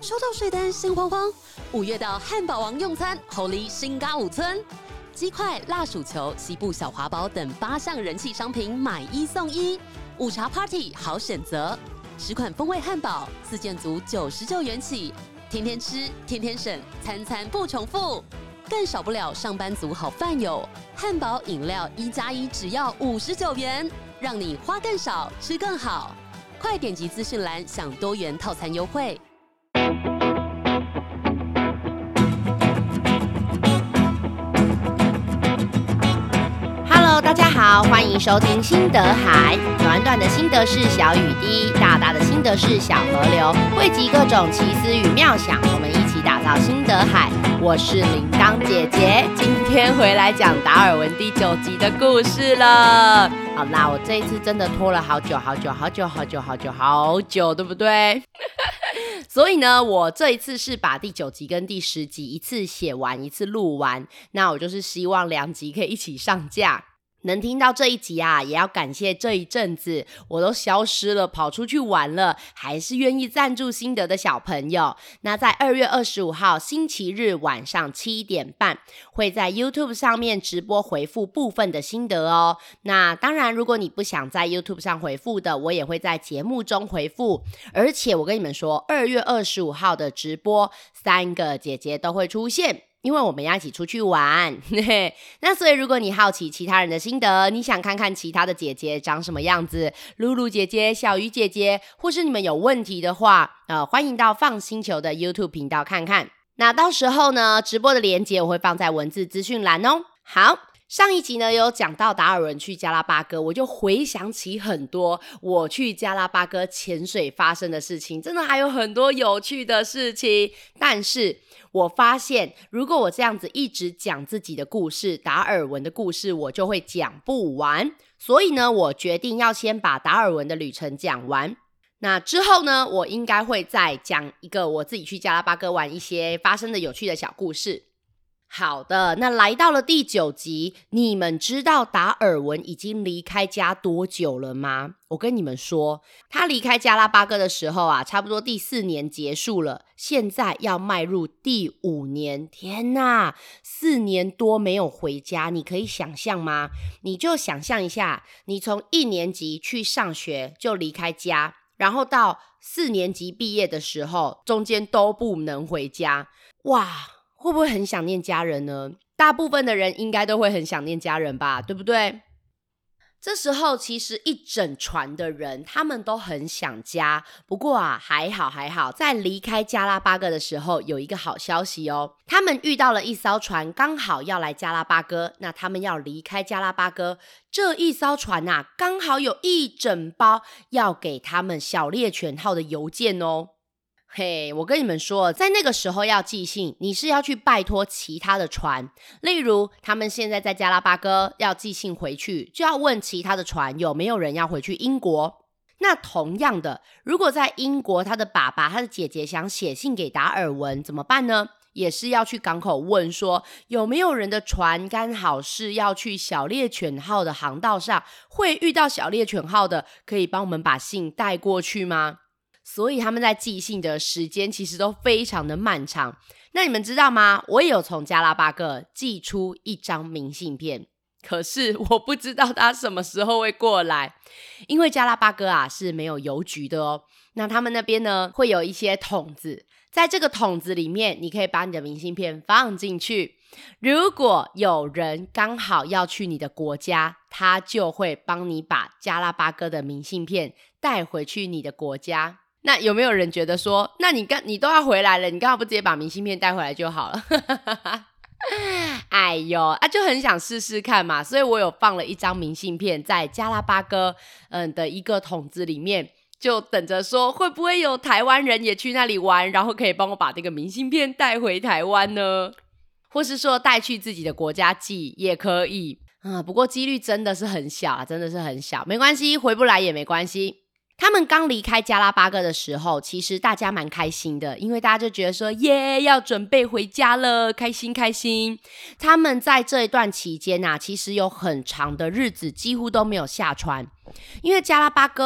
收到税单心慌慌，5月到汉堡王用餐，猴狸新嘎5村，鸡块、辣薯球、西部小华堡等8项人气商品买1送1，午茶 Party 好选择，10款风味汉堡，4件组99元起，天天吃，天天省，餐餐不重复。更少不了上班族好饭友，汉堡饮料1+1只要59元，让你花更少，吃更好。快点击资讯栏享多元套餐优惠。 Hello， 大家好，欢迎收听心得海，短短的心得是小雨滴，大大的心得是小河流，汇集各种奇思与妙想，我们一起打造心得海。我是铃铛姐姐，今天回来讲达尔文第9集的故事了。好啦，我这一次真的拖了好久，对不对？所以呢，我这一次是把第9集跟第10集一次写完，一次录完。那我就是希望2集可以一起上架。能听到这一集啊，也要感谢这一阵子我都消失了，跑出去玩了，还是愿意赞助心得的小朋友。那在2月25号星期日晚上7点半，会在 YouTube 上面直播回复部分的心得哦。那当然，如果你不想在 YouTube 上回复的，我也会在节目中回复。而且我跟你们说，2月25号的直播，3个姐姐都会出现。因为我们要一起出去玩那所以如果你好奇其他人的心得，你想看看其他的姐姐长什么样子，露露姐姐、小鱼姐姐，或是你们有问题的话欢迎到放星球的 YouTube 频道看看。那到时候呢，直播的连结我会放在文字资讯栏哦。好，上一集呢有讲到达尔文去加拉巴哥，我就回想起很多我去加拉巴哥潜水发生的事情，真的还有很多有趣的事情。但是我发现如果我这样子一直讲自己的故事，达尔文的故事我就会讲不完，所以呢我决定要先把达尔文的旅程讲完。那之后呢，我应该会再讲一个我自己去加拉巴哥玩一些发生的有趣的小故事。好的，那来到了第9集，你们知道达尔文已经离开家多久了吗？我跟你们说，他离开加拉巴哥的时候啊，差不多第4年结束了，现在要迈入第5年。天哪，4年多没有回家，你可以想象吗？你就想象一下，你从1年级去上学就离开家，然后到4年级毕业的时候，中间都不能回家。哇，会不会很想念家人呢？大部分的人应该都会很想念家人吧，对不对？这时候其实一整船的人他们都很想家，不过啊还好，在离开加拉巴哥的时候有一个好消息哦，他们遇到了一艘船刚好要来加拉巴哥，那他们要离开加拉巴哥，这一艘船啊刚好有一整包要给他们小猎犬号的邮件哦。我跟你们说，在那个时候要寄信，你是要去拜托其他的船，例如他们现在在加拉巴哥要寄信回去，就要问其他的船有没有人要回去英国。那同样的，如果在英国他的爸爸他的姐姐想写信给达尔文怎么办呢？也是要去港口问说有没有人的船刚好是要去小猎犬号的航道上，会遇到小猎犬号的，可以帮我们把信带过去吗？所以他们在寄信的时间其实都非常的漫长。那你们知道吗？我也有从加拉巴哥寄出一张明信片，可是我不知道他什么时候会过来，因为加拉巴哥啊是没有邮局的哦。那他们那边呢会有一些桶子，在这个桶子里面你可以把你的明信片放进去，如果有人刚好要去你的国家，他就会帮你把加拉巴哥的明信片带回去你的国家。那有没有人觉得说，那你都要回来了，你干嘛不直接把明信片带回来就好了哎呦就很想试试看嘛，所以我有放了一张明信片在加拉巴哥的一个桶子里面，就等着说会不会有台湾人也去那里玩，然后可以帮我把这个明信片带回台湾呢，或是说带去自己的国家寄也可以不过几率真的是很小真的是很小，没关系，回不来也没关系。他们刚离开加拉巴哥的时候，其实大家蛮开心的，因为大家就觉得说耶，要准备回家了，开心开心。他们在这一段期间其实有很长的日子几乎都没有下船，因为加拉巴哥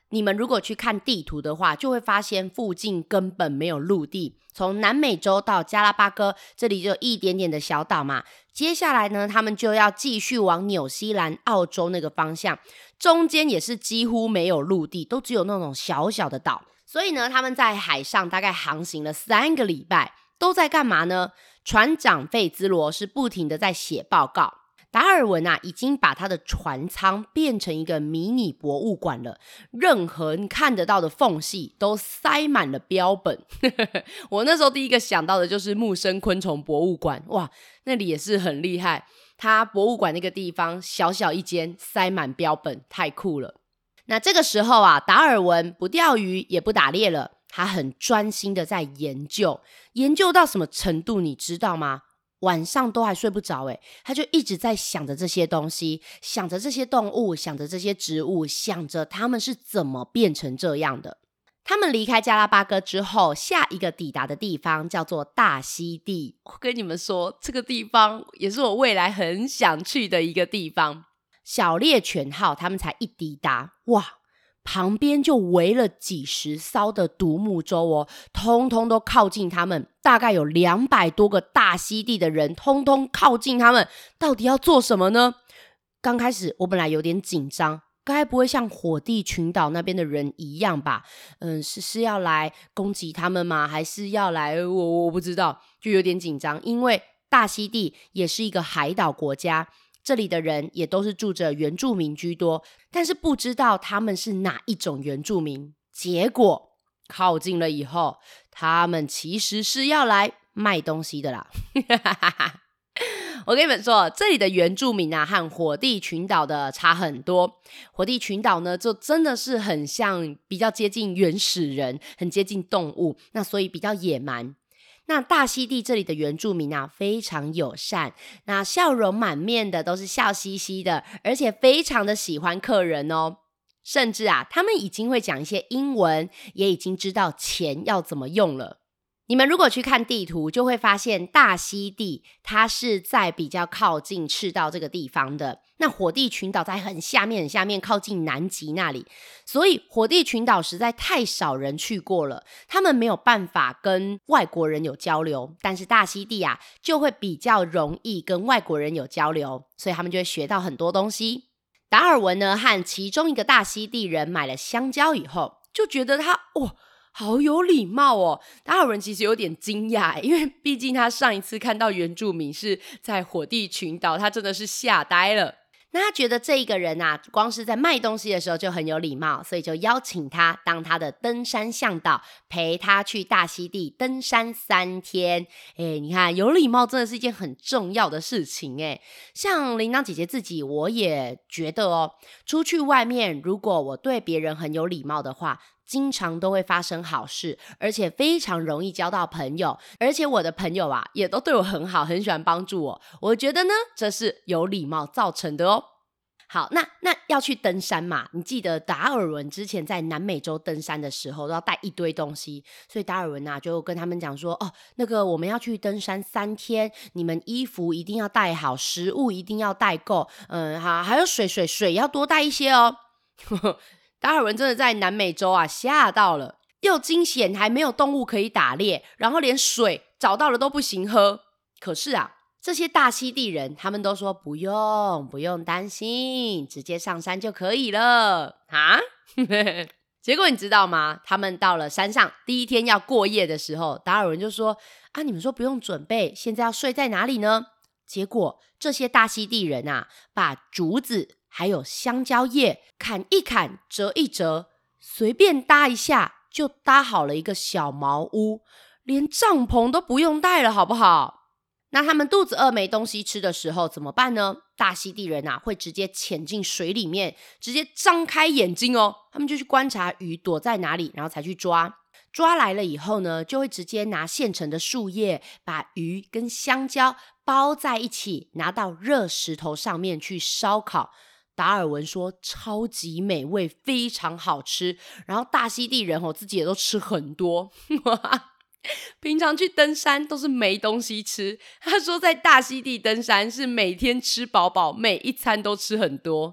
你们如果去看地图的话，就会发现附近根本没有陆地。从南美洲到加拉巴哥，这里就有一点点的小岛嘛。接下来呢，他们就要继续往纽西兰、澳洲那个方向，中间也是几乎没有陆地，都只有那种小小的岛。所以呢，他们在海上大概航行了3个礼拜，都在干嘛呢？船长费兹罗是不停的在写报告。达尔文已经把他的船舱变成一个迷你博物馆了，任何你看得到的缝隙都塞满了标本。我那时候第一个想到的就是木生昆虫博物馆，哇，那里也是很厉害。他博物馆那个地方小小一间，塞满标本，太酷了。那这个时候达尔文不钓鱼也不打猎了，他很专心的在研究到什么程度你知道吗？晚上都还睡不着他就一直在想着这些东西，想着这些动物，想着这些植物，想着他们是怎么变成这样的。他们离开加拉巴哥之后，下一个抵达的地方叫做大溪地。我跟你们说，这个地方也是我未来很想去的一个地方。小猎犬号他们才一抵达，哇，旁边就围了几十艘的独木舟通通都靠近他们，大概有200多个大溪地的人通通靠近他们，到底要做什么呢？刚开始我本来有点紧张，该不会像火地群岛那边的人一样吧？是要来攻击他们吗？还是要来我不知道，就有点紧张，因为大溪地也是一个海岛国家，这里的人也都是住着原住民居多，但是不知道他们是哪一种原住民。结果靠近了以后，他们其实是要来卖东西的啦。我跟你们说，这里的原住民和火地群岛的差很多。火地群岛呢，就真的是很像比较接近原始人，很接近动物，那所以比较野蛮。那大溪地这里的原住民非常友善，那笑容满面的，都是笑嘻嘻的，而且非常的喜欢客人甚至他们已经会讲一些英文，也已经知道钱要怎么用了。你们如果去看地图，就会发现大溪地它是在比较靠近赤道这个地方的，那火地群岛在很下面靠近南极那里，所以火地群岛实在太少人去过了，他们没有办法跟外国人有交流，但是大溪地就会比较容易跟外国人有交流，所以他们就会学到很多东西。达尔文呢和其中一个大溪地人买了香蕉以后，就觉得他好有礼貌达尔文其实有点惊讶，因为毕竟他上一次看到原住民是在火地群岛，他真的是吓呆了。那他觉得这一个人光是在卖东西的时候就很有礼貌，所以就邀请他当他的登山向导，陪他去大溪地登山3天。你看有礼貌真的是一件很重要的事情像铃铛姐姐自己，我也觉得出去外面如果我对别人很有礼貌的话，经常都会发生好事，而且非常容易交到朋友，而且我的朋友也都对我很好，很喜欢帮助我。我觉得呢，这是有礼貌造成的好，那要去登山嘛，你记得达尔文之前在南美洲登山的时候都要带一堆东西，所以达尔文就跟他们讲说那个我们要去登山3天，你们衣服一定要带好，食物一定要带够，好，还有水要多带一些达尔文真的在南美洲吓到了，又惊险还没有动物可以打猎，然后连水找到了都不行喝。可是这些大溪地人他们都说不用担心，直接上山就可以了结果你知道吗？他们到了山上第一天要过夜的时候，达尔文就说你们说不用准备，现在要睡在哪里呢？结果这些大溪地人把竹子还有香蕉叶砍一砍，折一折，随便搭一下就搭好了一个小茅屋，连帐篷都不用带了，好不好？那他们肚子饿没东西吃的时候怎么办呢？大溪地人会直接潜进水里面，直接张开眼睛他们就去观察鱼躲在哪里，然后才去抓来了以后呢，就会直接拿现成的树叶把鱼跟香蕉包在一起，拿到热石头上面去烧烤。达尔文说超级美味，非常好吃，然后大溪地人自己也都吃很多平常去登山都是没东西吃，他说在大溪地登山是每天吃饱饱，每一餐都吃很多。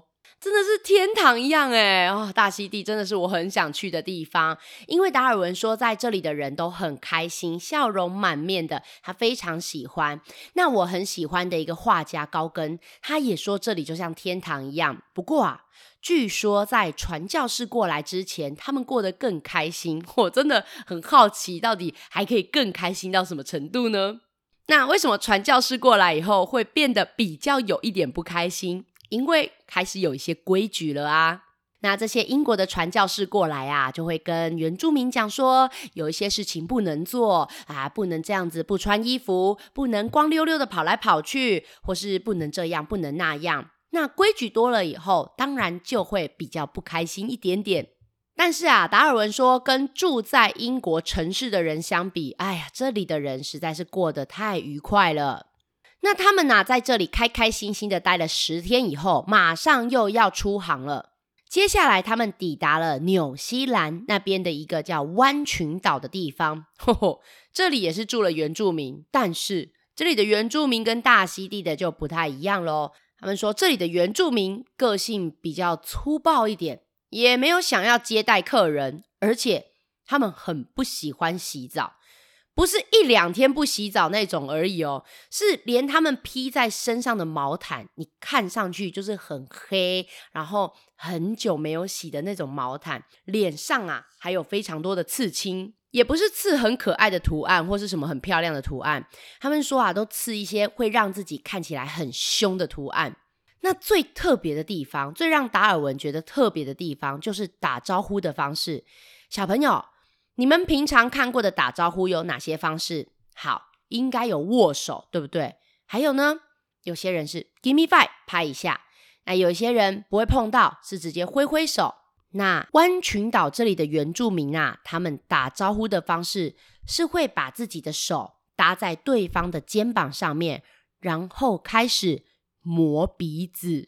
真的是天堂一样耶。大溪地真的是我很想去的地方，因为达尔文说在这里的人都很开心，笑容满面的，他非常喜欢。那我很喜欢的一个画家高更，他也说这里就像天堂一样。不过据说在传教士过来之前，他们过得更开心。我真的很好奇，到底还可以更开心到什么程度呢？那为什么传教士过来以后会变得比较有一点不开心？因为开始有一些规矩了啊。那这些英国的传教士过来啊，就会跟原住民讲说，有一些事情不能做啊，不能这样子不穿衣服，不能光溜溜的跑来跑去，或是不能这样不能那样。那规矩多了以后，当然就会比较不开心一点点。但是达尔文说跟住在英国城市的人相比，这里的人实在是过得太愉快了。那他们在这里开开心心的待了10天以后，马上又要出航了。接下来他们抵达了纽西兰那边的一个叫湾群岛的地方。这里也是住了原住民，但是这里的原住民跟大溪地的就不太一样咯。他们说这里的原住民个性比较粗暴一点，也没有想要接待客人，而且他们很不喜欢洗澡。不是1-2天不洗澡那种而已哦，是连他们披在身上的毛毯，你看上去就是很黑，然后很久没有洗的那种毛毯，脸上还有非常多的刺青，也不是刺很可爱的图案或是什么很漂亮的图案，他们说都刺一些会让自己看起来很凶的图案。那最特别的地方，最让达尔文觉得特别的地方，就是打招呼的方式。小朋友，你们平常看过的打招呼有哪些方式？好，应该有握手，对不对？还有呢，有些人是 give me five 拍一下，那有一些人不会碰到，是直接挥挥手。那湾群岛这里的原住民他们打招呼的方式是会把自己的手搭在对方的肩膀上面，然后开始磨鼻子。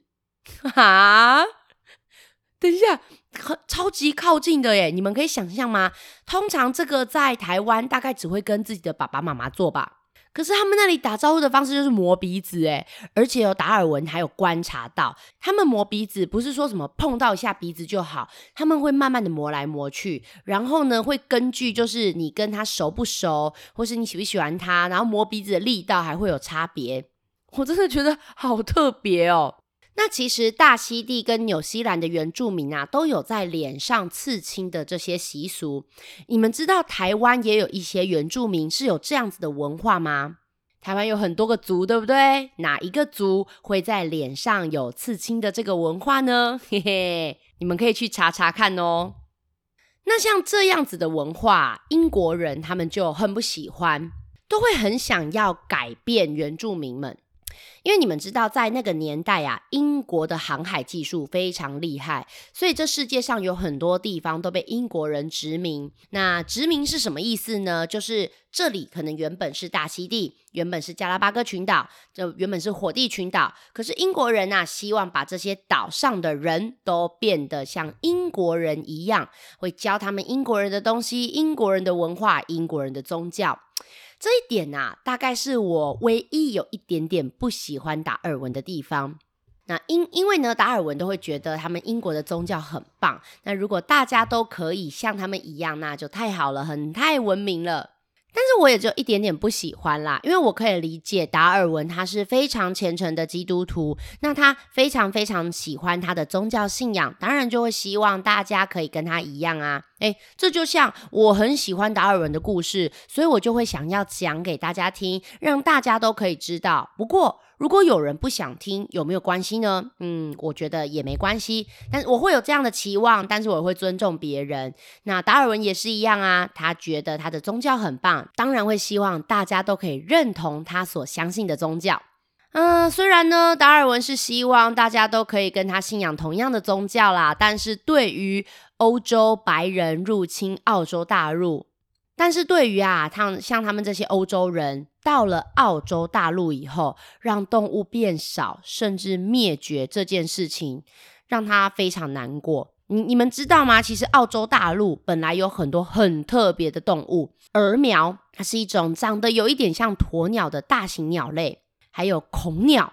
等一下，超级靠近的耶，你们可以想象吗？通常这个在台湾大概只会跟自己的爸爸妈妈做吧，可是他们那里打招呼的方式就是磨鼻子耶。而且达尔文还有观察到，他们磨鼻子不是说什么碰到一下鼻子就好，他们会慢慢的磨来磨去，然后呢会根据就是你跟他熟不熟，或是你喜不喜欢他，然后磨鼻子的力道还会有差别。我真的觉得好特别哦。那其实大溪地跟纽西兰的原住民都有在脸上刺青的这些习俗。你们知道台湾也有一些原住民是有这样子的文化吗？台湾有很多个族，对不对？哪一个族会在脸上有刺青的这个文化呢？嘿嘿，你们可以去查查看哦。那像这样子的文化，英国人他们就很不喜欢，都会很想要改变原住民们。因为你们知道在那个年代英国的航海技术非常厉害，所以这世界上有很多地方都被英国人殖民。那殖民是什么意思呢？就是这里可能原本是大溪地，原本是加拉巴哥群岛，这原本是火地群岛，可是英国人希望把这些岛上的人都变得像英国人一样，会教他们英国人的东西，英国人的文化，英国人的宗教。这一点大概是我唯一有一点点不喜欢达尔文的地方。那因为呢，达尔文都会觉得他们英国的宗教很棒，那如果大家都可以像他们一样，那就太好了，太文明了。但是我也只有一点点不喜欢啦，因为我可以理解达尔文他是非常虔诚的基督徒，那他非常非常喜欢他的宗教信仰，当然就会希望大家可以跟他一样啊。这就像我很喜欢达尔文的故事，所以我就会想要讲给大家听，让大家都可以知道。不过如果有人不想听，有没有关系呢？我觉得也没关系，但是我会有这样的期望，但是我会尊重别人。那达尔文也是一样啊，他觉得他的宗教很棒，当然会希望大家都可以认同他所相信的宗教。虽然呢，达尔文是希望大家都可以跟他信仰同样的宗教啦，但是对于欧洲白人入侵澳洲大陆，但是对于像他们这些欧洲人到了澳洲大陆以后，让动物变少甚至灭绝这件事情，让他非常难过。你们知道吗？其实澳洲大陆本来有很多很特别的动物，鸸鹋它是一种长得有一点像鸵鸟的大型鸟类，还有恐鸟，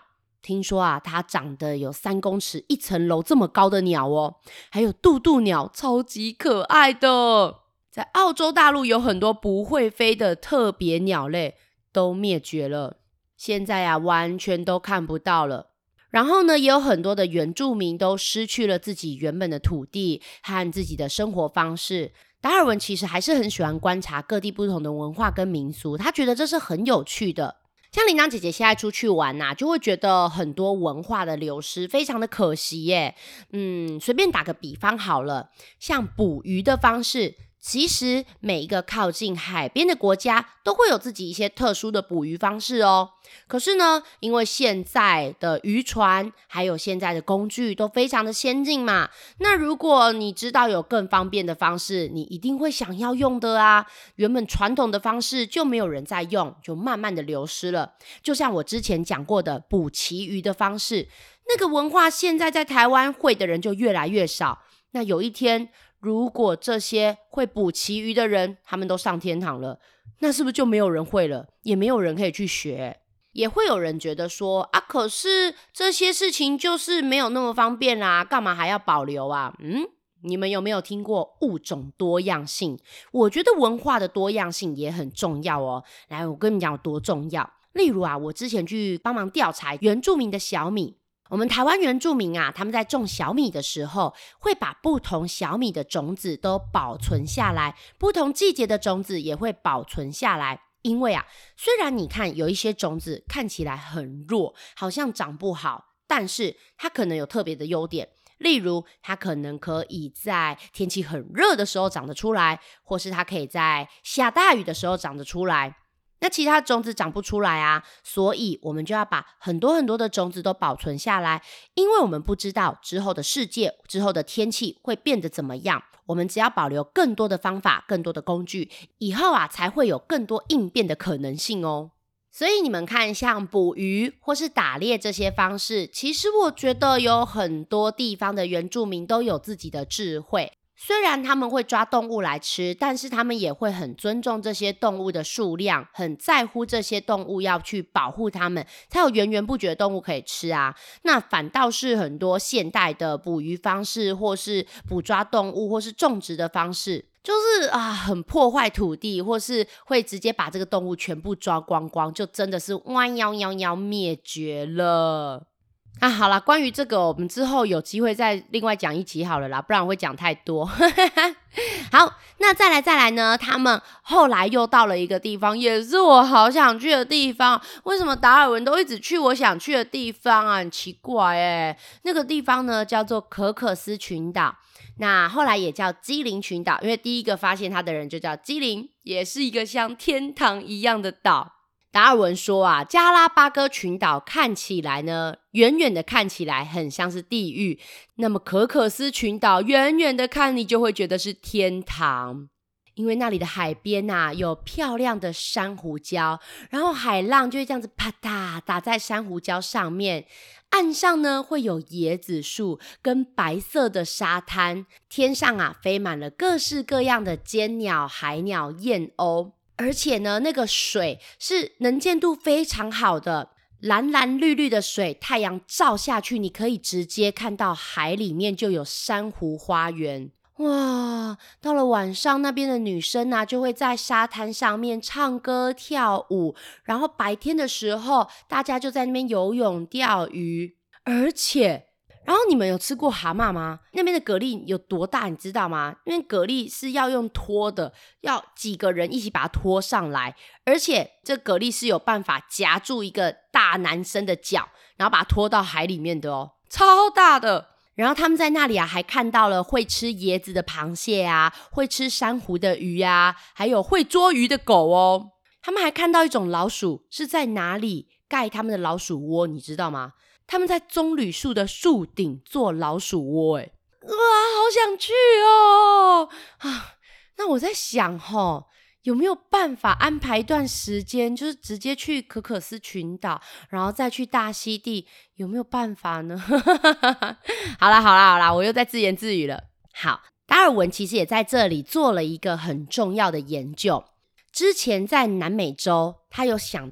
听说啊，它长得有3公尺1层楼这么高的鸟哦，还有渡渡鸟，超级可爱的。在澳洲大陆有很多不会飞的特别鸟类都灭绝了，现在啊完全都看不到了。然后呢，也有很多的原住民都失去了自己原本的土地和自己的生活方式。达尔文其实还是很喜欢观察各地不同的文化跟民俗，他觉得这是很有趣的。像铃铛姐姐现在出去玩啊，就会觉得很多文化的流失非常的可惜耶。随便打个比方好了，像捕鱼的方式，其实每一个靠近海边的国家都会有自己一些特殊的捕鱼方式哦。可是呢，因为现在的渔船还有现在的工具都非常的先进嘛，那如果你知道有更方便的方式，你一定会想要用的啊。原本传统的方式就没有人在用，就慢慢的流失了。就像我之前讲过的捕旗鱼的方式，那个文化现在在台湾会的人就越来越少。那有一天，如果这些会捕旗鱼的人他们都上天堂了，那是不是就没有人会了，也没有人可以去学？也会有人觉得说啊，可是这些事情就是没有那么方便啦，干嘛还要保留啊？你们有没有听过物种多样性？我觉得文化的多样性也很重要哦。来，我跟你讲有多重要。例如啊，我之前去帮忙调查原住民的小米，我们台湾原住民啊，他们在种小米的时候，会把不同小米的种子都保存下来，不同季节的种子也会保存下来。因为啊，虽然你看有一些种子看起来很弱，好像长不好，但是它可能有特别的优点。例如，它可能可以在天气很热的时候长得出来，或是它可以在下大雨的时候长得出来。那其他种子长不出来啊，所以我们就要把很多很多的种子都保存下来，因为我们不知道之后的世界、之后的天气会变得怎么样。我们只要保留更多的方法、更多的工具，以后啊才会有更多应变的可能性哦。所以你们看，像捕鱼或是打猎这些方式，其实我觉得有很多地方的原住民都有自己的智慧。虽然他们会抓动物来吃，但是他们也会很尊重这些动物的数量，很在乎这些动物，要去保护它们，才有源源不绝的动物可以吃啊。那反倒是很多现代的捕鱼方式，或是捕抓动物，或是种植的方式，就是很破坏土地，或是会直接把这个动物全部抓光光，就真的是弯腰灭绝了。好啦，关于这个我们之后有机会再另外讲一集好了啦，不然我会讲太多。好，那再来呢，他们后来又到了一个地方，也是我好想去的地方。为什么达尔文都一直去我想去的地方啊？很奇怪耶。那个地方呢叫做可可斯群岛，那后来也叫基林群岛，因为第一个发现它的人就叫基林，也是一个像天堂一样的岛。达尔文说啊，加拉巴哥群岛看起来呢，远远的看起来很像是地狱，那么可可斯群岛远远的看你就会觉得是天堂，因为那里的海边啊有漂亮的珊瑚礁，然后海浪就会这样子啪嗒打在珊瑚礁上面，岸上呢会有椰子树跟白色的沙滩，天上啊飞满了各式各样的尖鸟、海鸟、燕鸥。而且呢，那个水是能见度非常好的，蓝蓝绿绿的水，太阳照下去，你可以直接看到海里面就有珊瑚花园。哇，到了晚上，那边的女生啊，就会在沙滩上面唱歌跳舞，然后白天的时候，大家就在那边游泳钓鱼。然后你们有吃过蛤蟆吗？那边的蛤蜊有多大你知道吗？因为蛤蜊是要用拖的，要几个人一起把它拖上来，而且这蛤蜊是有办法夹住一个大男生的脚，然后把它拖到海里面的哦，超大的。然后他们在那里啊，还看到了会吃椰子的螃蟹啊，会吃珊瑚的鱼啊，还有会捉鱼的狗哦。他们还看到一种老鼠是在哪里盖他们的老鼠窝，你知道吗？他们在棕榈树的树顶做老鼠窝，哇，好想去哦！那我在想有没有办法安排一段时间，就是直接去可可斯群岛，然后再去大溪地，有没有办法呢？好啦，我又在自言自语了。好，达尔文其实也在这里做了一个很重要的研究。之前在南美洲，他有想到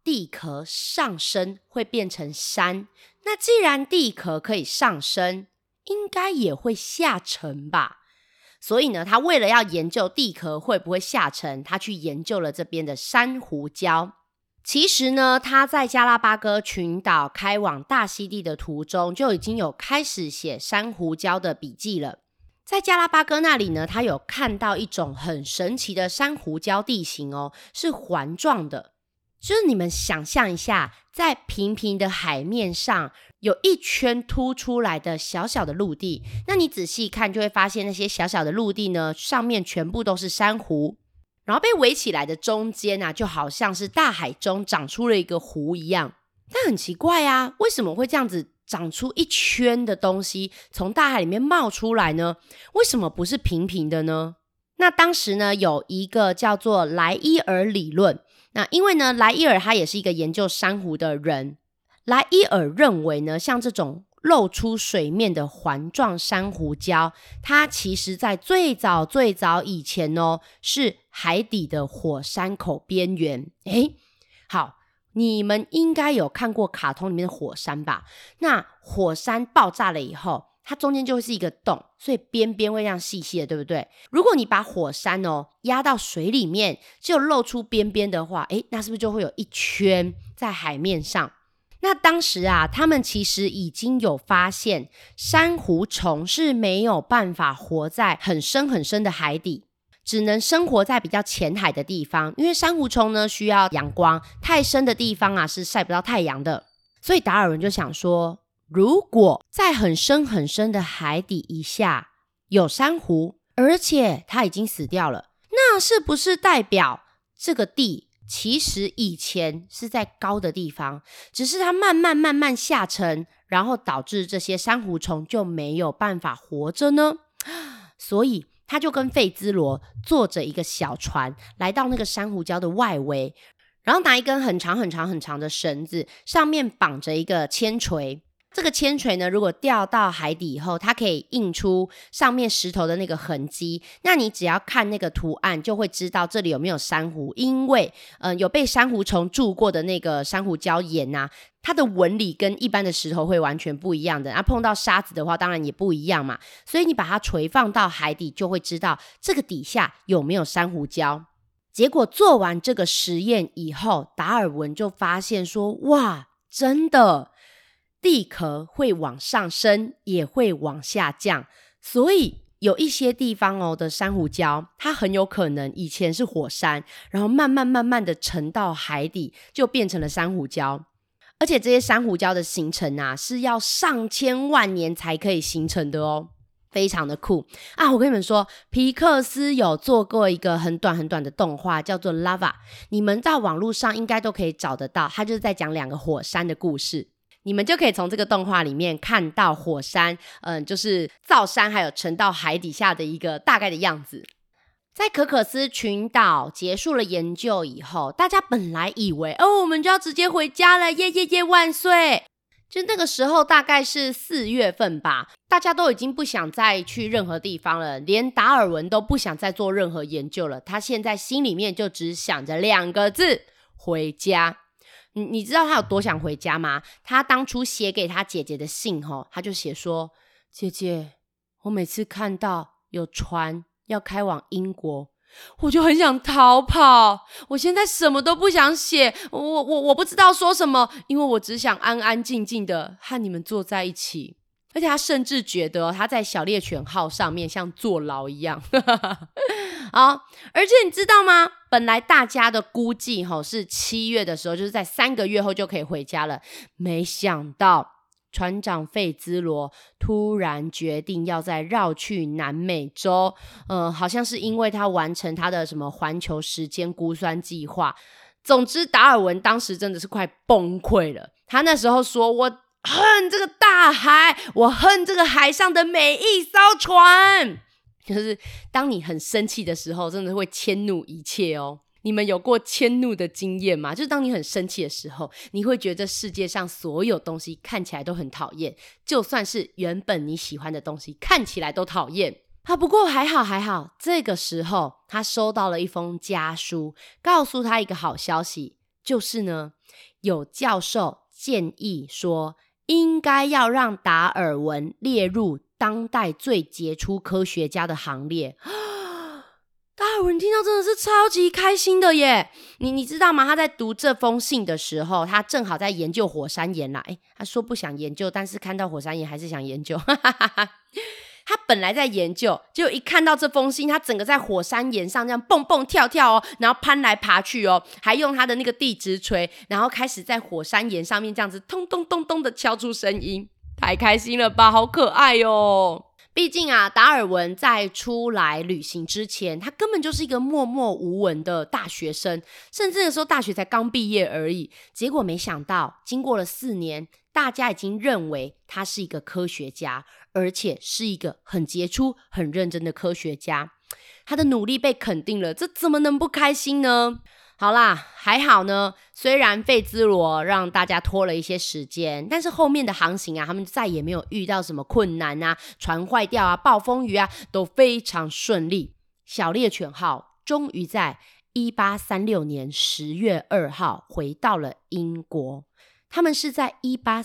地壳上升会变成山，那既然地壳可以上升，应该也会下沉吧。所以呢，他为了要研究地壳会不会下沉，他去研究了这边的珊瑚礁。其实呢，他在加拉巴哥群岛开往大溪地的途中，就已经有开始写珊瑚礁的笔记了。在加拉巴哥那里呢，他有看到一种很神奇的珊瑚礁地形哦，是环状的。就是你们想象一下，在平平的海面上有一圈凸出来的小小的陆地，那你仔细看就会发现那些小小的陆地呢，上面全部都是珊瑚，然后被围起来的中间啊，就好像是大海中长出了一个湖一样。但很奇怪啊，为什么会这样子长出一圈的东西从大海里面冒出来呢？为什么不是平平的呢？那当时呢，有一个叫做莱伊尔理论。那因为呢，莱伊尔他也是一个研究珊瑚的人，莱伊尔认为呢，像这种露出水面的环状珊瑚礁，它其实在最早以前哦，是海底的火山口边缘。好，你们应该有看过卡通里面的火山吧？那火山爆炸了以后，它中间就会是一个洞，所以边边会这样细细的，对不对？如果你把火山压到水里面，就露出边边的话，那是不是就会有一圈在海面上？那当时啊，他们其实已经有发现，珊瑚虫是没有办法活在很深很深的海底，只能生活在比较浅海的地方，因为珊瑚虫呢需要阳光，太深的地方啊是晒不到太阳的。所以达尔文就想说，如果在很深很深的海底以下有珊瑚，而且它已经死掉了，那是不是代表这个地其实以前是在高的地方，只是它慢慢下沉，然后导致这些珊瑚虫就没有办法活着呢？所以他就跟费兹罗坐着一个小船来到那个珊瑚礁的外围，然后拿一根很长的绳子，上面绑着一个铅锤。这个铅锤呢，如果掉到海底以后，它可以印出上面石头的那个痕迹，那你只要看那个图案就会知道这里有没有珊瑚，因为有被珊瑚虫蛀过的那个珊瑚礁岩啊，它的纹理跟一般的石头会完全不一样的，碰到沙子的话当然也不一样嘛，所以你把它垂放到海底就会知道这个底下有没有珊瑚礁。结果做完这个实验以后，达尔文就发现说，哇，真的地壳会往上升，也会往下降，所以有一些地方的珊瑚礁，它很有可能以前是火山，然后慢慢的沉到海底，就变成了珊瑚礁。而且这些珊瑚礁的形成啊，是要上千万年才可以形成的哦，非常的酷啊！我跟你们说，皮克斯有做过一个很短的动画，叫做 Lava， 你们到网络上应该都可以找得到，它就是在讲2个火山的故事。你们就可以从这个动画里面看到火山就是造山还有沉到海底下的一个大概的样子。在可可斯群岛结束了研究以后，大家本来以为我们就要直接回家了，耶耶耶万岁！就那个时候大概是4月份吧，大家都已经不想再去任何地方了，连达尔文都不想再做任何研究了，他现在心里面就只想着2个字，回家。你知道他有多想回家吗？他当初写给他姐姐的信他就写说，姐姐，我每次看到有船要开往英国，我就很想逃跑，我现在什么都不想写，我不知道说什么，因为我只想安安静静的和你们坐在一起。而且他甚至觉得他在小猎犬号上面像坐牢一样好，而且你知道吗？本来大家的估计是7月的时候，就是在3个月后就可以回家了，没想到船长费兹罗突然决定要再绕去南美洲，好像是因为他完成他的什么环球时间估算计划。总之达尔文当时真的是快崩溃了，他那时候说，我恨这个大海，我恨这个海上的每一艘船。就是当你很生气的时候，真的会迁怒一切哦。你们有过迁怒的经验吗？就是当你很生气的时候，你会觉得世界上所有东西看起来都很讨厌，就算是原本你喜欢的东西看起来都讨厌。不过还好，这个时候他收到了一封家书，告诉他一个好消息， 就是呢，有教授建议说，应该要让达尔文列入当代最杰出科学家的行列。达尔文听到真的是超级开心的耶！你知道吗？他在读这封信的时候，他正好在研究火山岩啦。他说不想研究，但是看到火山岩还是想研究。他本来在研究，结果一看到这封信，他整个在火山岩上这样蹦蹦跳跳哦，然后攀来爬去哦，还用他的那个地质锤，然后开始在火山岩上面这样子咚咚咚咚的敲出声音，太开心了吧，好可爱哦！毕竟啊，达尔文在出来旅行之前，他根本就是一个默默无闻的大学生，甚至那时候大学才刚毕业而已。结果没想到，经过了4年，大家已经认为他是一个科学家，而且是一个很杰出、很认真的科学家。他的努力被肯定了，这怎么能不开心呢？好啦，还好呢，虽然费兹罗让大家拖了一些时间，但是后面的航行啊，他们再也没有遇到什么困难啊，船坏掉啊，暴风雨啊，都非常顺利。小猎犬号终于在1836年10月2号回到了英国。他们是在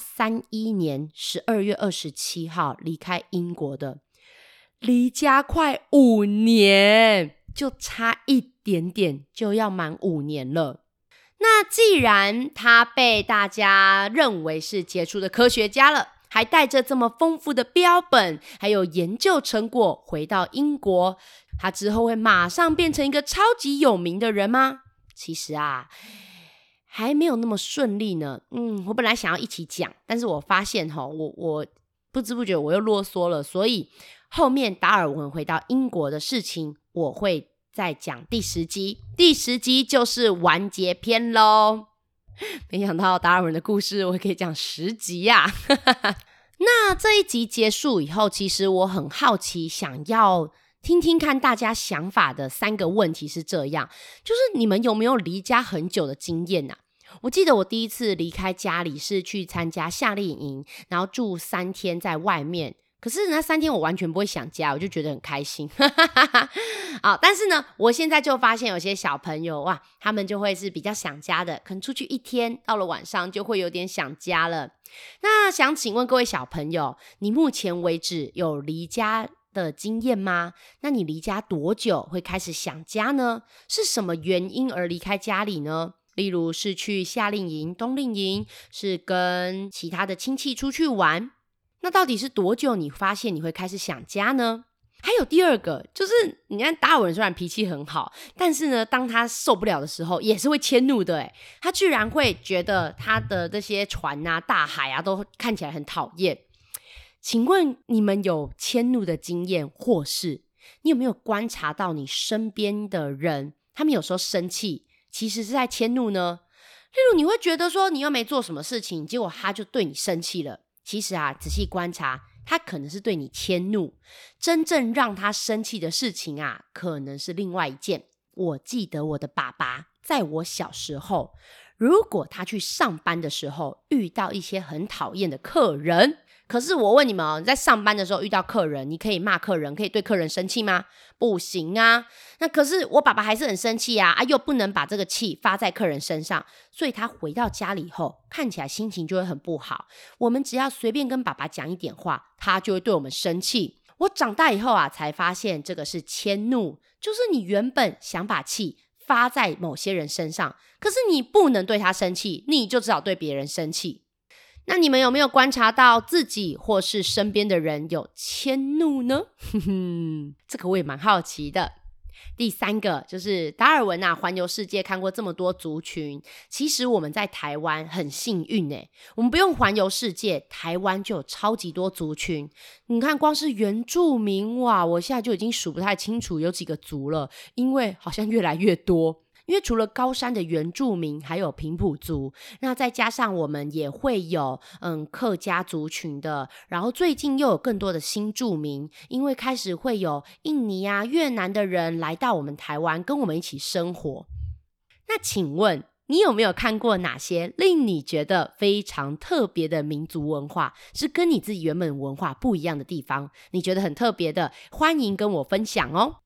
1831年12月27号离开英国的，离家快5年，就差一点点就要满5年了。那既然他被大家认为是杰出的科学家了，还带着这么丰富的标本还有研究成果回到英国，他之后会马上变成一个超级有名的人吗？其实啊，还没有那么顺利呢。我本来想要一起讲，但是我发现我不知不觉我又啰嗦了，所以后面达尔文回到英国的事情，我会再讲第10集。第10集就是完结篇咯。没想到达尔文的故事我可以讲10集啊。那这一集结束以后，其实我很好奇，想要听听看大家想法的3个问题是这样，就是你们有没有离家很久的经验啊？我记得我第一次离开家里是去参加夏令营，然后住3天在外面，可是那3天我完全不会想家，我就觉得很开心。但是呢，我现在就发现有些小朋友哇，他们就会是比较想家的，可能出去1天，到了晚上就会有点想家了。那想请问各位小朋友，你目前为止有离家的经验吗？那你离家多久会开始想家呢？是什么原因而离开家里呢？例如是去夏令营、冬令营，是跟其他的亲戚出去玩。那到底是多久你发现你会开始想家呢？还有第2个，就是你看达尔文虽然脾气很好，但是呢，当他受不了的时候也是会迁怒的。他居然会觉得他的这些船啊、大海啊都看起来很讨厌。请问你们有迁怒的经验，或是你有没有观察到你身边的人，他们有时候生气其实是在迁怒呢？例如你会觉得说你又没做什么事情，结果他就对你生气了，其实啊，仔细观察，他可能是对你迁怒，真正让他生气的事情啊，可能是另外一件。我记得我的爸爸在我小时候，如果他去上班的时候遇到一些很讨厌的客人，可是我问你们你在上班的时候遇到客人，你可以骂客人，可以对客人生气吗？不行啊。那可是我爸爸还是很生气啊，又不能把这个气发在客人身上，所以他回到家里后，看起来心情就会很不好。我们只要随便跟爸爸讲一点话，他就会对我们生气。我长大以后啊，才发现这个是迁怒，就是你原本想把气发在某些人身上，可是你不能对他生气，你就只好对别人生气。那你们有没有观察到自己或是身边的人有迁怒呢？这个我也蛮好奇的。第3个就是达尔文啊，环游世界看过这么多族群，其实我们在台湾很幸运我们不用环游世界，台湾就有超级多族群。你看光是原住民，哇，我现在就已经数不太清楚有几个族了，因为好像越来越多。因为除了高山的原住民还有平埔族，那再加上我们也会有客家族群的，然后最近又有更多的新住民，因为开始会有印尼啊、越南的人来到我们台湾跟我们一起生活。那请问你有没有看过哪些令你觉得非常特别的民族文化，是跟你自己原本文化不一样的地方，你觉得很特别的，欢迎跟我分享哦。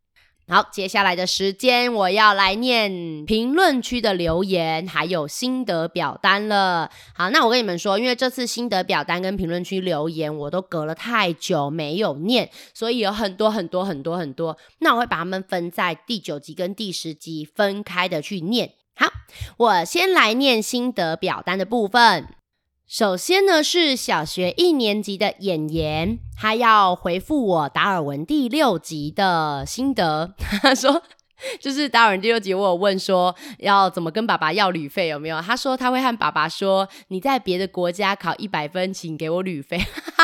好，接下来的时间我要来念评论区的留言还有心得表单了。好，那我跟你们说，因为这次心得表单跟评论区留言我都隔了太久没有念，所以有很多，那我会把它们分在第9集跟第10集分开的去念。好，我先来念心得表单的部分。首先呢是小学1年级的妍妍，他要回复我达尔文第6集的心得。他说就是达尔文第6集我有问说要怎么跟爸爸要旅费有没有，他说他会和爸爸说你在别的国家考100分请给我旅费。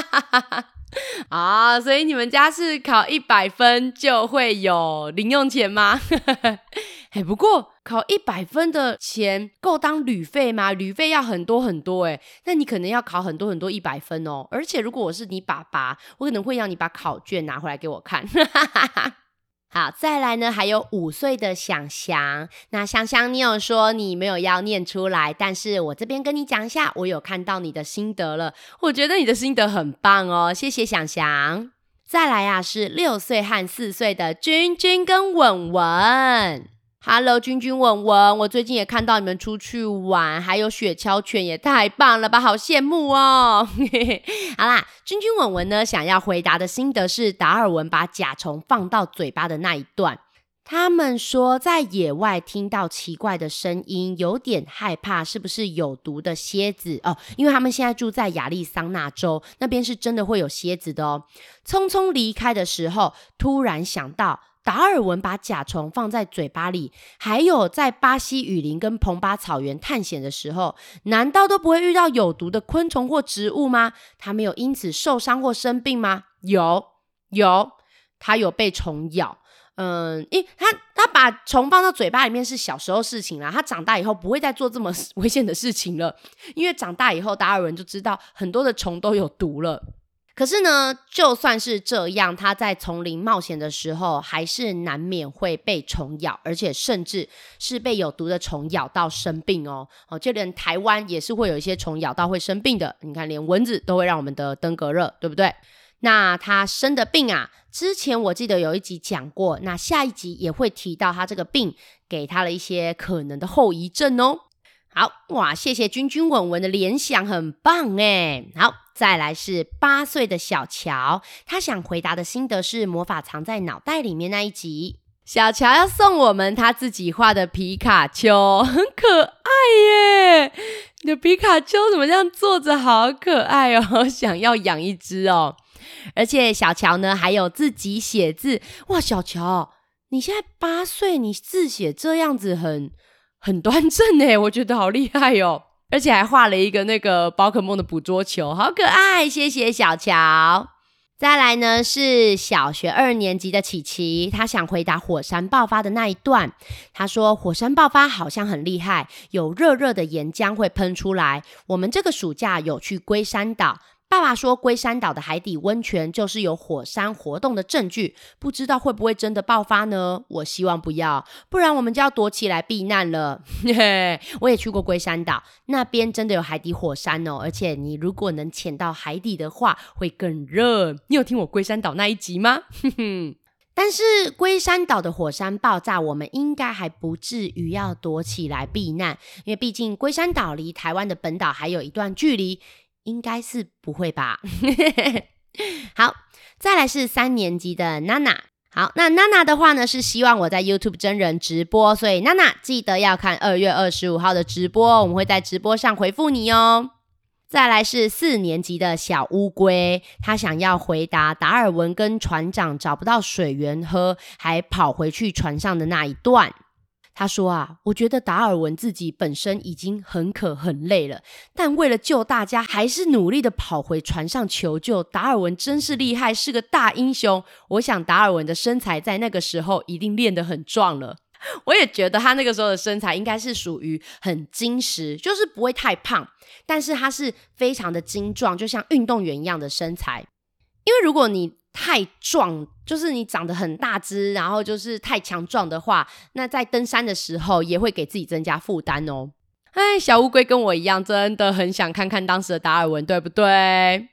啊，所以你们家是考100分就会有零用钱吗？不过考100分的钱够当旅费吗？旅费要很多那你可能要考很多100分哦。而且如果我是你爸爸，我可能会让你把考卷拿回来给我看。好，再来呢还有5岁的想翔。那翔翔你有说你没有要念出来，但是我这边跟你讲一下，我有看到你的心得了，我觉得你的心得很棒哦，谢谢翔翔。再来啊是6岁和4岁的君君跟文文。Hello， 君君文文，我最近也看到你们出去玩，还有雪橇犬也太棒了吧，好羡慕哦。好啦，君君文文呢想要回答的心得是达尔文把甲虫放到嘴巴的那一段。他们说在野外听到奇怪的声音，有点害怕是不是有毒的蝎子哦，因为他们现在住在亚利桑那州，那边是真的会有蝎子的哦。匆匆离开的时候，突然想到达尔文把甲虫放在嘴巴里，还有在巴西雨林跟蓬巴草原探险的时候，难道都不会遇到有毒的昆虫或植物吗？他没有因此受伤或生病吗？有，他有被虫咬。他把虫放到嘴巴里面是小时候事情啦，他长大以后不会再做这么危险的事情了，因为长大以后达尔文就知道很多的虫都有毒了。可是呢，就算是这样，他在丛林冒险的时候还是难免会被虫咬，而且甚至是被有毒的虫咬到生病哦。就连台湾也是会有一些虫咬到会生病的，你看连蚊子都会让我们得登革热，对不对？那他生的病啊，之前我记得有一集讲过，那下一集也会提到他这个病给他了一些可能的后遗症哦。好哇，谢谢君君文文的联想，很棒耶。好，再来是8岁的小乔，他想回答的心得是魔法藏在脑袋里面那一集。小乔要送我们他自己画的皮卡丘，很可爱耶。你的皮卡丘怎么这样坐着，好可爱哦，想要养一只哦。而且小乔呢还有自己写字，哇，小乔你现在8岁，你字写这样子很端正耶，我觉得好厉害哦。而且还画了一个那个宝可梦的捕捉球，好可爱，谢谢小乔。再来呢是小学2年级的琪琪，他想回答火山爆发的那一段。他说火山爆发好像很厉害，有热热的岩浆会喷出来。我们这个暑假有去龟山岛，爸爸说龟山岛的海底温泉就是有火山活动的证据，不知道会不会真的爆发呢？我希望不要，不然我们就要躲起来避难了。我也去过龟山岛，那边真的有海底火山哦，而且你如果能潜到海底的话会更热。你有听我龟山岛那一集吗？但是龟山岛的火山爆炸，我们应该还不至于要躲起来避难，因为毕竟龟山岛离台湾的本岛还有一段距离，应该是不会吧。好，再来是3年级的娜娜。好，那娜娜的话呢是希望我在 YouTube 真人直播，所以娜娜记得要看2月25号的直播，我们会在直播上回复你哦。再来是4年级的小乌龟，他想要回答达尔文跟船长找不到水源喝，还跑回去船上的那一段。他说啊，我觉得达尔文自己本身已经很渴很累了，但为了救大家还是努力的跑回船上求救。达尔文真是厉害，是个大英雄。我想达尔文的身材在那个时候一定练得很壮了。我也觉得他那个时候的身材应该是属于很精实，就是不会太胖，但是他是非常的精壮，就像运动员一样的身材。因为如果你太壮，就是你长得很大只，然后就是太强壮的话，那在登山的时候也会给自己增加负担哦。小乌龟跟我一样，真的很想看看当时的达尔文，对不对？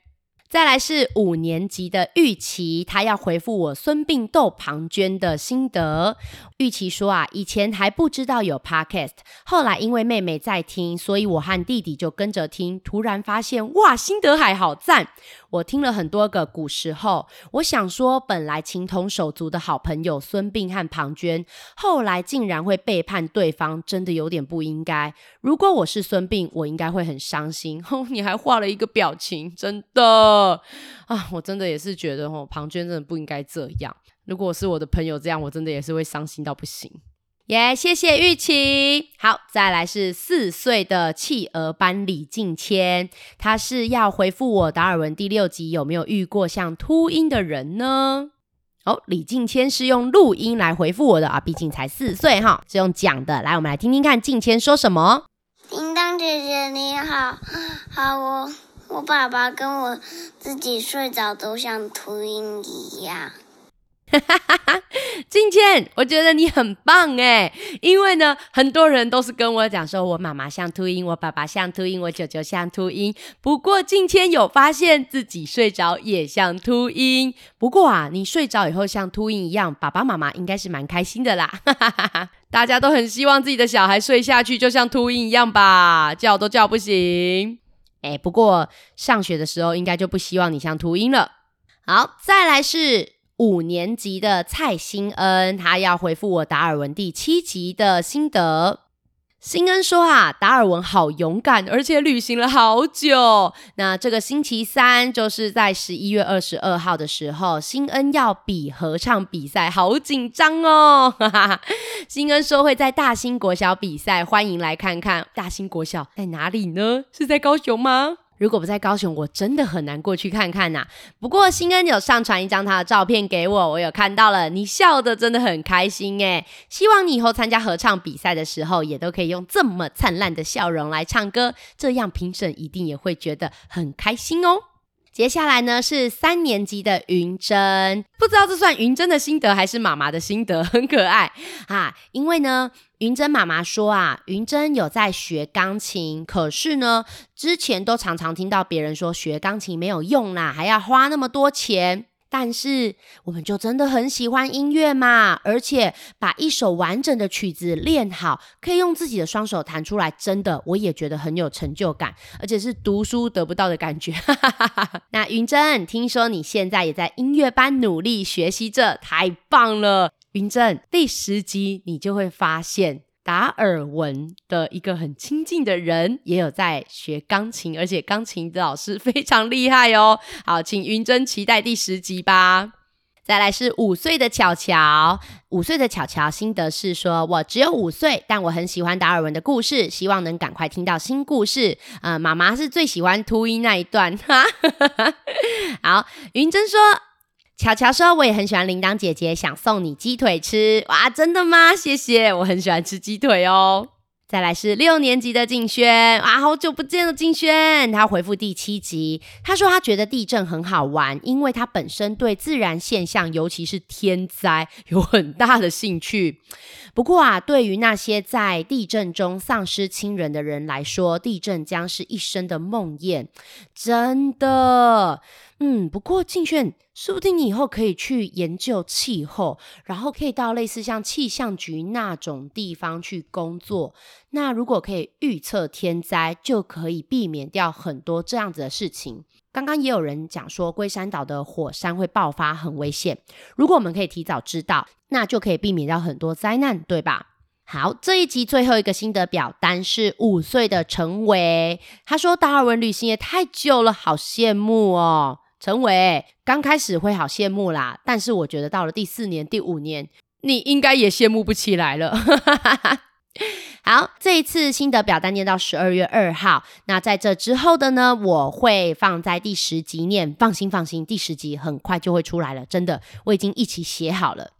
再来是5年级的玉琪，她要回复我孙膑斗庞涓的心得。玉琪说以前还不知道有 podcast， 后来因为妹妹在听，所以我和弟弟就跟着听，突然发现哇，心得海好赞。我听了很多个古时候，我想说本来情同手足的好朋友孙膑和庞涓，后来竟然会背叛对方，真的有点不应该。如果我是孙膑，我应该会很伤心。你还画了一个表情，真的我真的也是觉得庞涓真的不应该这样。如果是我的朋友这样，我真的也是会伤心到不行。谢谢玉琪。好，再来是4岁的企鹅班李敬谦，他是要回复我达尔文第6集有没有遇过像秃鹰的人呢？李敬谦是用录音来回复我的毕竟才4岁是用讲的。来，我们来听听看敬谦说什么。 叮当姐姐你好，我爸爸跟我自己睡着都像秃鹰一样。 敬谦，我觉得你很棒耶，因为呢很多人都是跟我讲说我妈妈像秃鹰，我爸爸像秃鹰，我舅舅像秃鹰，不过敬谦有发现自己睡着也像秃鹰。不过你睡着以后像秃鹰一样，爸爸妈妈应该是蛮开心的啦。大家都很希望自己的小孩睡下去就像秃鹰一样吧，叫都叫不醒。不过上学的时候应该就不希望你像秃鹰了。好，再来是5年级的蔡新恩，他要回复我达尔文第7集的心得。新恩说达尔文好勇敢，而且旅行了好久。那这个星期三就是在11月22号的时候，新恩要比合唱比赛，好紧张哦。新恩说会在大兴国小比赛，欢迎来看看。大兴国小在哪里呢？是在高雄吗？如果不在高雄，我真的很难过去看看不过新恩有上传一张他的照片给我，我有看到了，你笑得真的很开心耶。希望你以后参加合唱比赛的时候，也都可以用这么灿烂的笑容来唱歌，这样评审一定也会觉得很开心哦。接下来呢是3年级的云珍，不知道这算云珍的心得还是妈妈的心得，很可爱因为呢云珍妈妈说云珍有在学钢琴，可是呢之前都常常听到别人说学钢琴没有用啦，还要花那么多钱。但是我们就真的很喜欢音乐嘛，而且把一首完整的曲子练好，可以用自己的双手弹出来，真的我也觉得很有成就感，而且是读书得不到的感觉。那云珍，听说你现在也在音乐班努力学习着，太棒了。云珍，第10集你就会发现达尔文的一个很亲近的人也有在学钢琴，而且钢琴的老师非常厉害哦。好，请云珍期待第10集吧。再来是5岁的巧巧，5岁的巧巧心得是说，我只有5岁，但我很喜欢达尔文的故事，希望能赶快听到新故事。妈妈是最喜欢秃鹰那一段。好，云珍说，巧巧说我也很喜欢铃铛姐姐，想送你鸡腿吃。哇，真的吗？谢谢，我很喜欢吃鸡腿哦。再来是6年级的静轩，好久不见了静轩，他回复第7集，他说他觉得地震很好玩，因为他本身对自然现象尤其是天灾有很大的兴趣。不过对于那些在地震中丧失亲人的人来说，地震将是一生的梦魇，真的。不过静轩，说不定你以后可以去研究气候，然后可以到类似像气象局那种地方去工作。那如果可以预测天灾，就可以避免掉很多这样子的事情。刚刚也有人讲说龟山岛的火山会爆发，很危险。如果我们可以提早知道，那就可以避免掉很多灾难，对吧？好，这一集最后一个心得表单是5岁的陈伟，他说达尔文旅行也太久了，好羡慕哦。陈伟，刚开始会好羡慕啦，但是我觉得到了第4年、第5年，你应该也羡慕不起来了。好，这一次心得表单念到12月2号，那在这之后的呢，我会放在第10集念，放心，第10集很快就会出来了，真的，我已经一起写好了。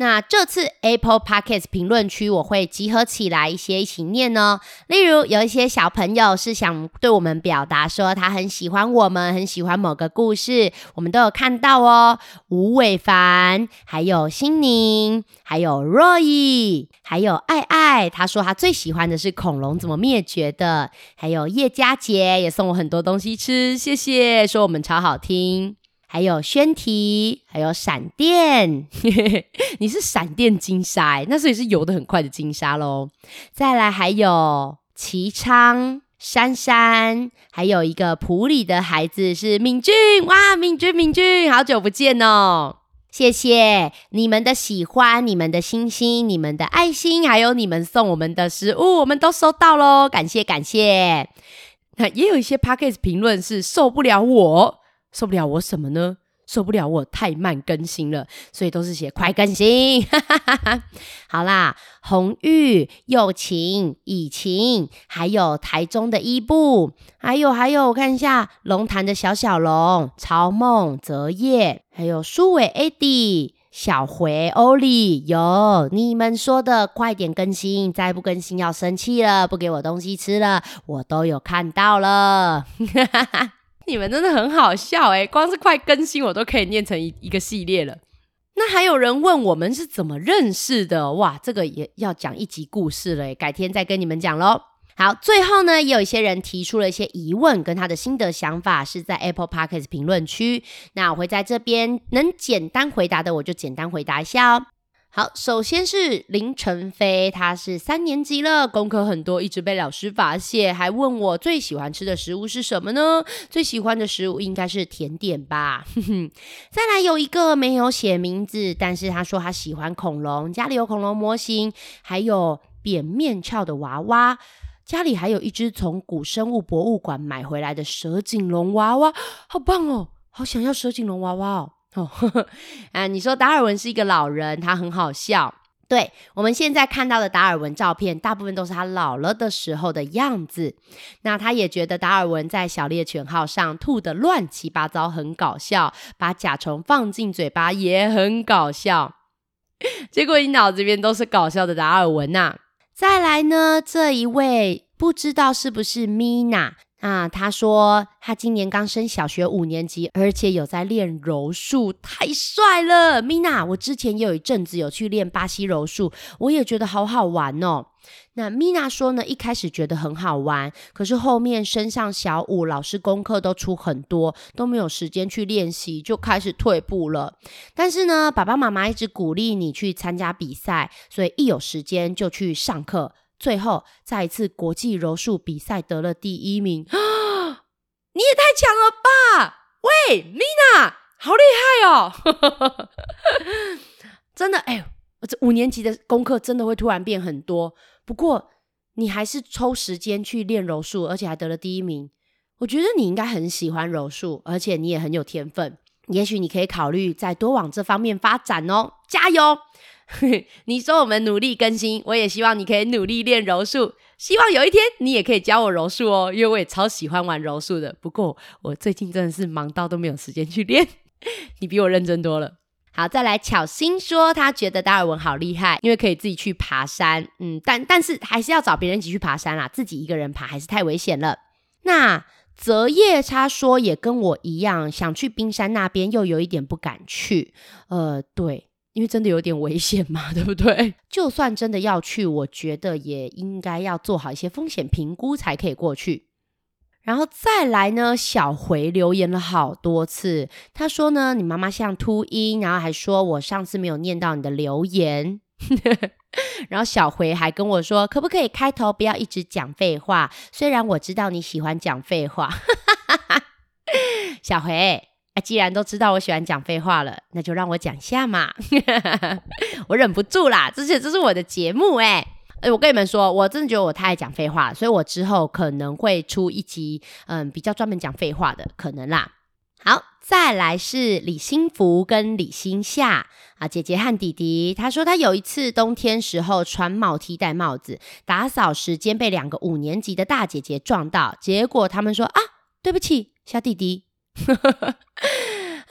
那这次 Apple Podcast 评论区我会集合起来一起念哦。例如有一些小朋友是想对我们表达说他很喜欢我们，很喜欢某个故事，我们都有看到哦。吴伟凡，还有心宁，还有若意，还有爱爱，他说他最喜欢的是恐龙怎么灭绝的。还有叶佳杰也送我很多东西吃，谢谢，说我们超好听。还有宣提，还有闪电你是闪电金沙那所以是游得很快的金沙咯。再来还有齐昌、珊珊，还有一个埔里的孩子是敏俊，哇，敏俊好久不见哦。谢谢你们的喜欢，你们的星星，你们的爱心，还有你们送我们的食物，我们都收到咯，感谢。那也有一些 Podcast 评论是受不了我什么呢？受不了我太慢更新了，所以都是写快更新好啦，红玉、友情、以晴，还有台中的伊布，还有我看一下龙潭的小龙、曹梦、泽叶，还有苏伟 AD、小回、欧丽，有你们说的快点更新，再不更新要生气了，不给我东西吃了，我都有看到了你们真的很好笑光是快更新我都可以念成一个系列了。那还有人问我们是怎么认识的，哇，这个也要讲一集故事了改天再跟你们讲咯。好，最后呢，也有一些人提出了一些疑问跟他的心得想法，是在 Apple Podcast 评论区，那我会在这边能简单回答的我就简单回答一下哦。好，首先是林晨飞，他是3年级了，功课很多，一直被老师罚写，还问我最喜欢吃的食物是什么呢？最喜欢的食物应该是甜点吧再来有一个没有写名字，但是他说他喜欢恐龙，家里有恐龙模型，还有扁面鞘的娃娃，家里还有一只从古生物博物馆买回来的蛇颈龙娃娃，好棒哦，好想要蛇颈龙娃娃你说达尔文是一个老人，他很好笑，对，我们现在看到的达尔文照片大部分都是他老了的时候的样子，那他也觉得达尔文在小猎犬号上吐得乱七八糟很搞笑，把甲虫放进嘴巴也很搞笑结果你脑子里面都是搞笑的达尔文再来呢，这一位不知道是不是 Mina他说他今年刚升小学5年级，而且有在练柔术，太帅了 Mina， 我之前也有一阵子有去练巴西柔术，我也觉得好好玩哦。那 Mina 说呢，一开始觉得很好玩，可是后面升上小5，老师功课都出很多，都没有时间去练习，就开始退步了。但是呢，爸爸妈妈一直鼓励你去参加比赛，所以一有时间就去上课，最后在一次国际柔术比赛得了第1名你也太强了吧，喂 Mina 好厉害哦真的这5年级的功课真的会突然变很多，不过你还是抽时间去练柔术，而且还得了第1名，我觉得你应该很喜欢柔术，而且你也很有天分，也许你可以考虑再多往这方面发展哦，加油你说我们努力更新，我也希望你可以努力练柔术，希望有一天你也可以教我柔术哦，因为我也超喜欢玩柔术的，不过我最近真的是忙到都没有时间去练你比我认真多了。好，再来巧心说他觉得达尔文好厉害，因为可以自己去爬山，但是还是要找别人一起去爬山啦，自己一个人爬还是太危险了。那泽叶他说也跟我一样，想去冰山那边，又有一点不敢去。对，因为真的有点危险嘛，对不对？就算真的要去，我觉得也应该要做好一些风险评估才可以过去。然后再来呢，小回留言了好多次，他说呢，你妈妈像秃鹰，然后还说我上次没有念到你的留言然后小回还跟我说，可不可以开头不要一直讲废话，虽然我知道你喜欢讲废话小回既然都知道我喜欢讲废话了，那就让我讲一下嘛我忍不住啦，这是我的节目我跟你们说，我真的觉得我太爱讲废话了，所以我之后可能会出一集比较专门讲废话的，可能啦。好，再来是李新福跟李新夏姐姐和弟弟，他说他有一次冬天时候穿帽 T 戴帽子，打扫时间被2个5年级的大姐姐撞到，结果他们说对不起小弟弟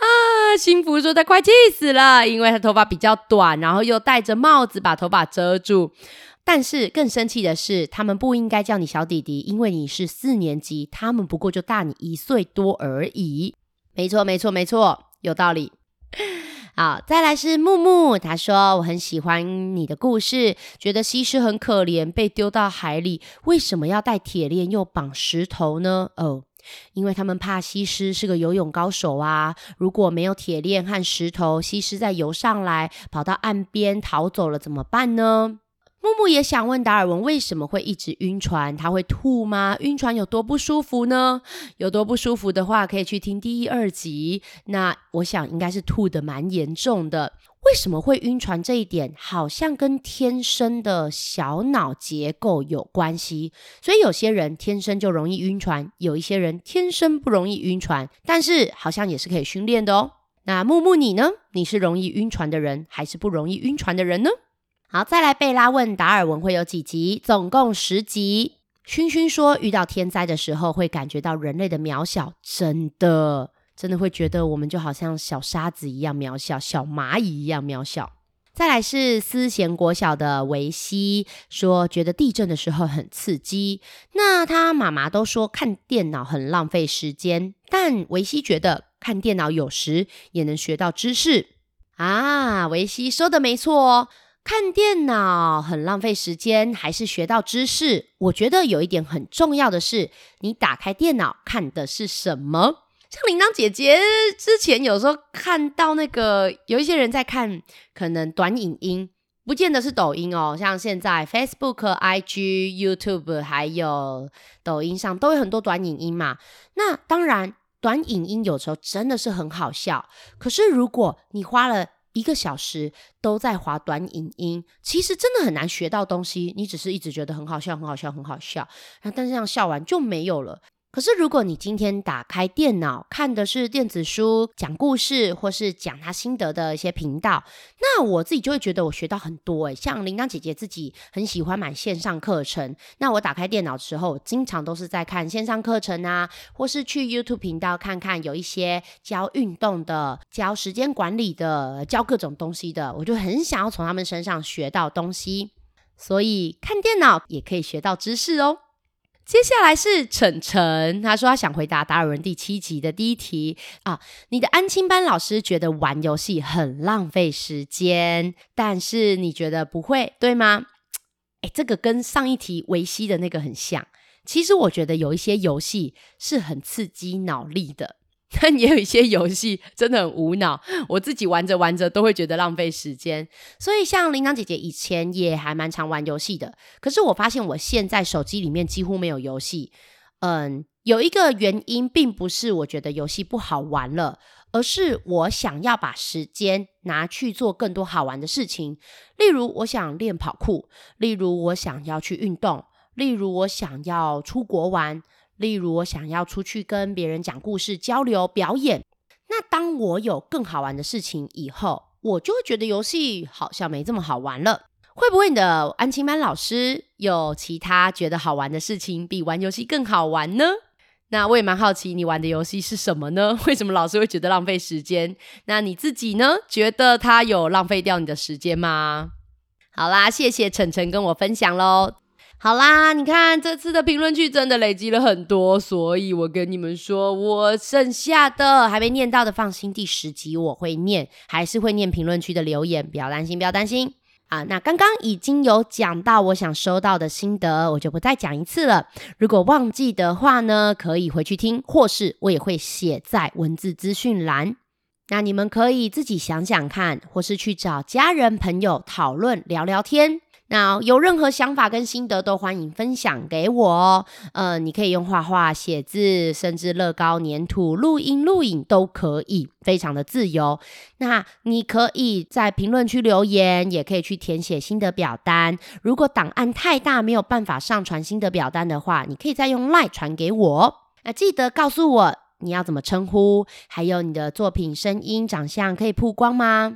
幸福说他快气死了，因为他头发比较短，然后又戴着帽子把头发遮住。但是更生气的是，他们不应该叫你小弟弟，因为你是4年级，他们不过就大你1岁多而已。没错没错没错，有道理。好，再来是木木，他说我很喜欢你的故事，觉得西施很可怜，被丢到海里，为什么要带铁链又绑石头呢？因为他们怕西施是个游泳高手啊，如果没有铁链和石头，西施再游上来跑到岸边逃走了怎么办呢？木木也想问达尔文为什么会一直晕船，他会吐吗？晕船有多不舒服呢？有多不舒服的话可以去听第1、2集，那我想应该是吐得蛮严重的。为什么会晕船这一点好像跟天生的小脑结构有关系，所以有些人天生就容易晕船，有一些人天生不容易晕船，但是好像也是可以训练的哦。那木木你呢？你是容易晕船的人还是不容易晕船的人呢？好，再来贝拉问达尔文会有几集？总共10集。勋勋说遇到天灾的时候会感觉到人类的渺小，真的会觉得我们就好像小沙子一样渺小，小蚂蚁一样渺小。再来是思贤国小的维西说觉得地震的时候很刺激，那他妈妈都说看电脑很浪费时间，但维西觉得看电脑有时也能学到知识啊。维西说的没错哦，看电脑很浪费时间还是学到知识，我觉得有一点很重要的是你打开电脑看的是什么。像铃铛姐姐之前有时候看到那个有一些人在看可能短影音，不见得是抖音哦，像现在 Facebook、IG、YouTube 还有抖音上都有很多短影音嘛。那当然短影音有时候真的是很好笑，可是如果你花了1个小时都在滑短影音，其实真的很难学到东西，你只是一直觉得很好笑很好笑很好笑，但是这样笑完就没有了。可是如果你今天打开电脑看的是电子书、讲故事或是讲他心得的一些频道，那我自己就会觉得我学到很多像铃铛姐姐自己很喜欢买线上课程，那我打开电脑的时候经常都是在看线上课程啊，或是去 YouTube 频道看看有一些教运动的、教时间管理的、教各种东西的，我就很想要从他们身上学到东西，所以看电脑也可以学到知识哦。接下来是晨晨，他说他想回答达尔文第7集的第1题你的安亲班老师觉得玩游戏很浪费时间，但是你觉得不会，对吗？这个跟上一题维西的那个很像。其实我觉得有一些游戏是很刺激脑力的，但也有一些游戏真的很无脑，我自己玩着玩着都会觉得浪费时间。所以像铃铛姐姐以前也还蛮常玩游戏的，可是我发现我现在手机里面几乎没有游戏。有一个原因并不是我觉得游戏不好玩了，而是我想要把时间拿去做更多好玩的事情。例如我想练跑酷，例如我想要去运动，例如我想要出国玩，例如我想要出去跟别人讲故事、交流、表演。那当我有更好玩的事情以后，我就会觉得游戏好像没这么好玩了。会不会你的安亲班老师有其他觉得好玩的事情比玩游戏更好玩呢？那我也蛮好奇你玩的游戏是什么呢？为什么老师会觉得浪费时间？那你自己呢？觉得他有浪费掉你的时间吗？好啦，谢谢晨晨跟我分享咯。好啦，你看这次的评论区真的累积了很多，所以我跟你们说，我剩下的还没念到的放心，第10集我会念，还是会念评论区的留言，不要担心不要担心那刚刚已经有讲到我想收到的心得，我就不再讲一次了。如果忘记的话呢，可以回去听，或是我也会写在文字资讯栏。那你们可以自己想想看，或是去找家人朋友讨论聊聊天。那有任何想法跟心得都欢迎分享给我哦。你可以用画画、写字，甚至乐高、粘土、录音、录影都可以，非常的自由。那你可以在评论区留言，也可以去填写心得表单。如果档案太大没有办法上传心得表单的话，你可以再用 LINE 传给我。记得告诉我你要怎么称呼，还有你的作品声音、长相可以曝光吗？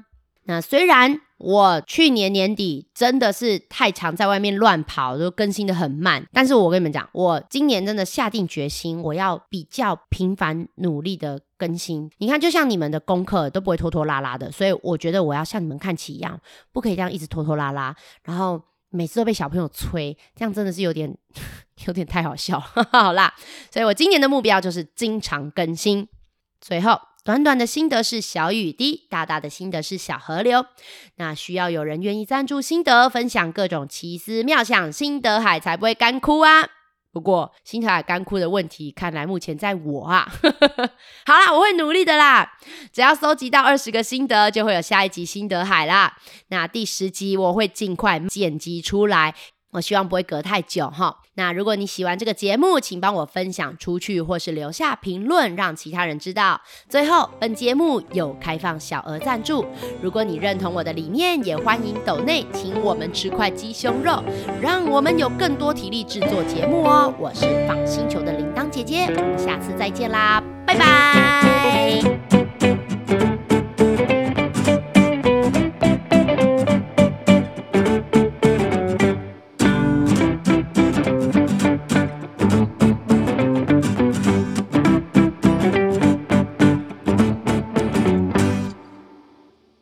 那虽然我去年年底真的是太常在外面乱跑，就更新的很慢，但是我跟你们讲，我今年真的下定决心，我要比较频繁努力的更新。你看，就像你们的功课都不会拖拖拉拉的，所以我觉得我要像你们看齐一样，不可以这样一直拖拖拉拉，然后每次都被小朋友催，这样真的是有点太好笑了。好啦，所以我今年的目标就是经常更新。最后，短短的心得是小雨滴，大大的心得是小河流。那需要有人愿意赞助心得，分享各种奇思妙想，心得海才不会干枯啊。不过心得海干枯的问题，看来目前在我啊。好啦，我会努力的啦。只要搜集到20个心得，就会有下一集心得海啦。那第10集我会尽快剪辑出来。我希望不会隔太久齁。那如果你喜欢这个节目，请帮我分享出去，或是留下评论，让其他人知道。最后，本节目有开放小额赞助，如果你认同我的理念，也欢迎抖内请我们吃块鸡胸肉，让我们有更多体力制作节目哦。我是放星球的铃铛姐姐，我们下次再见啦，拜拜。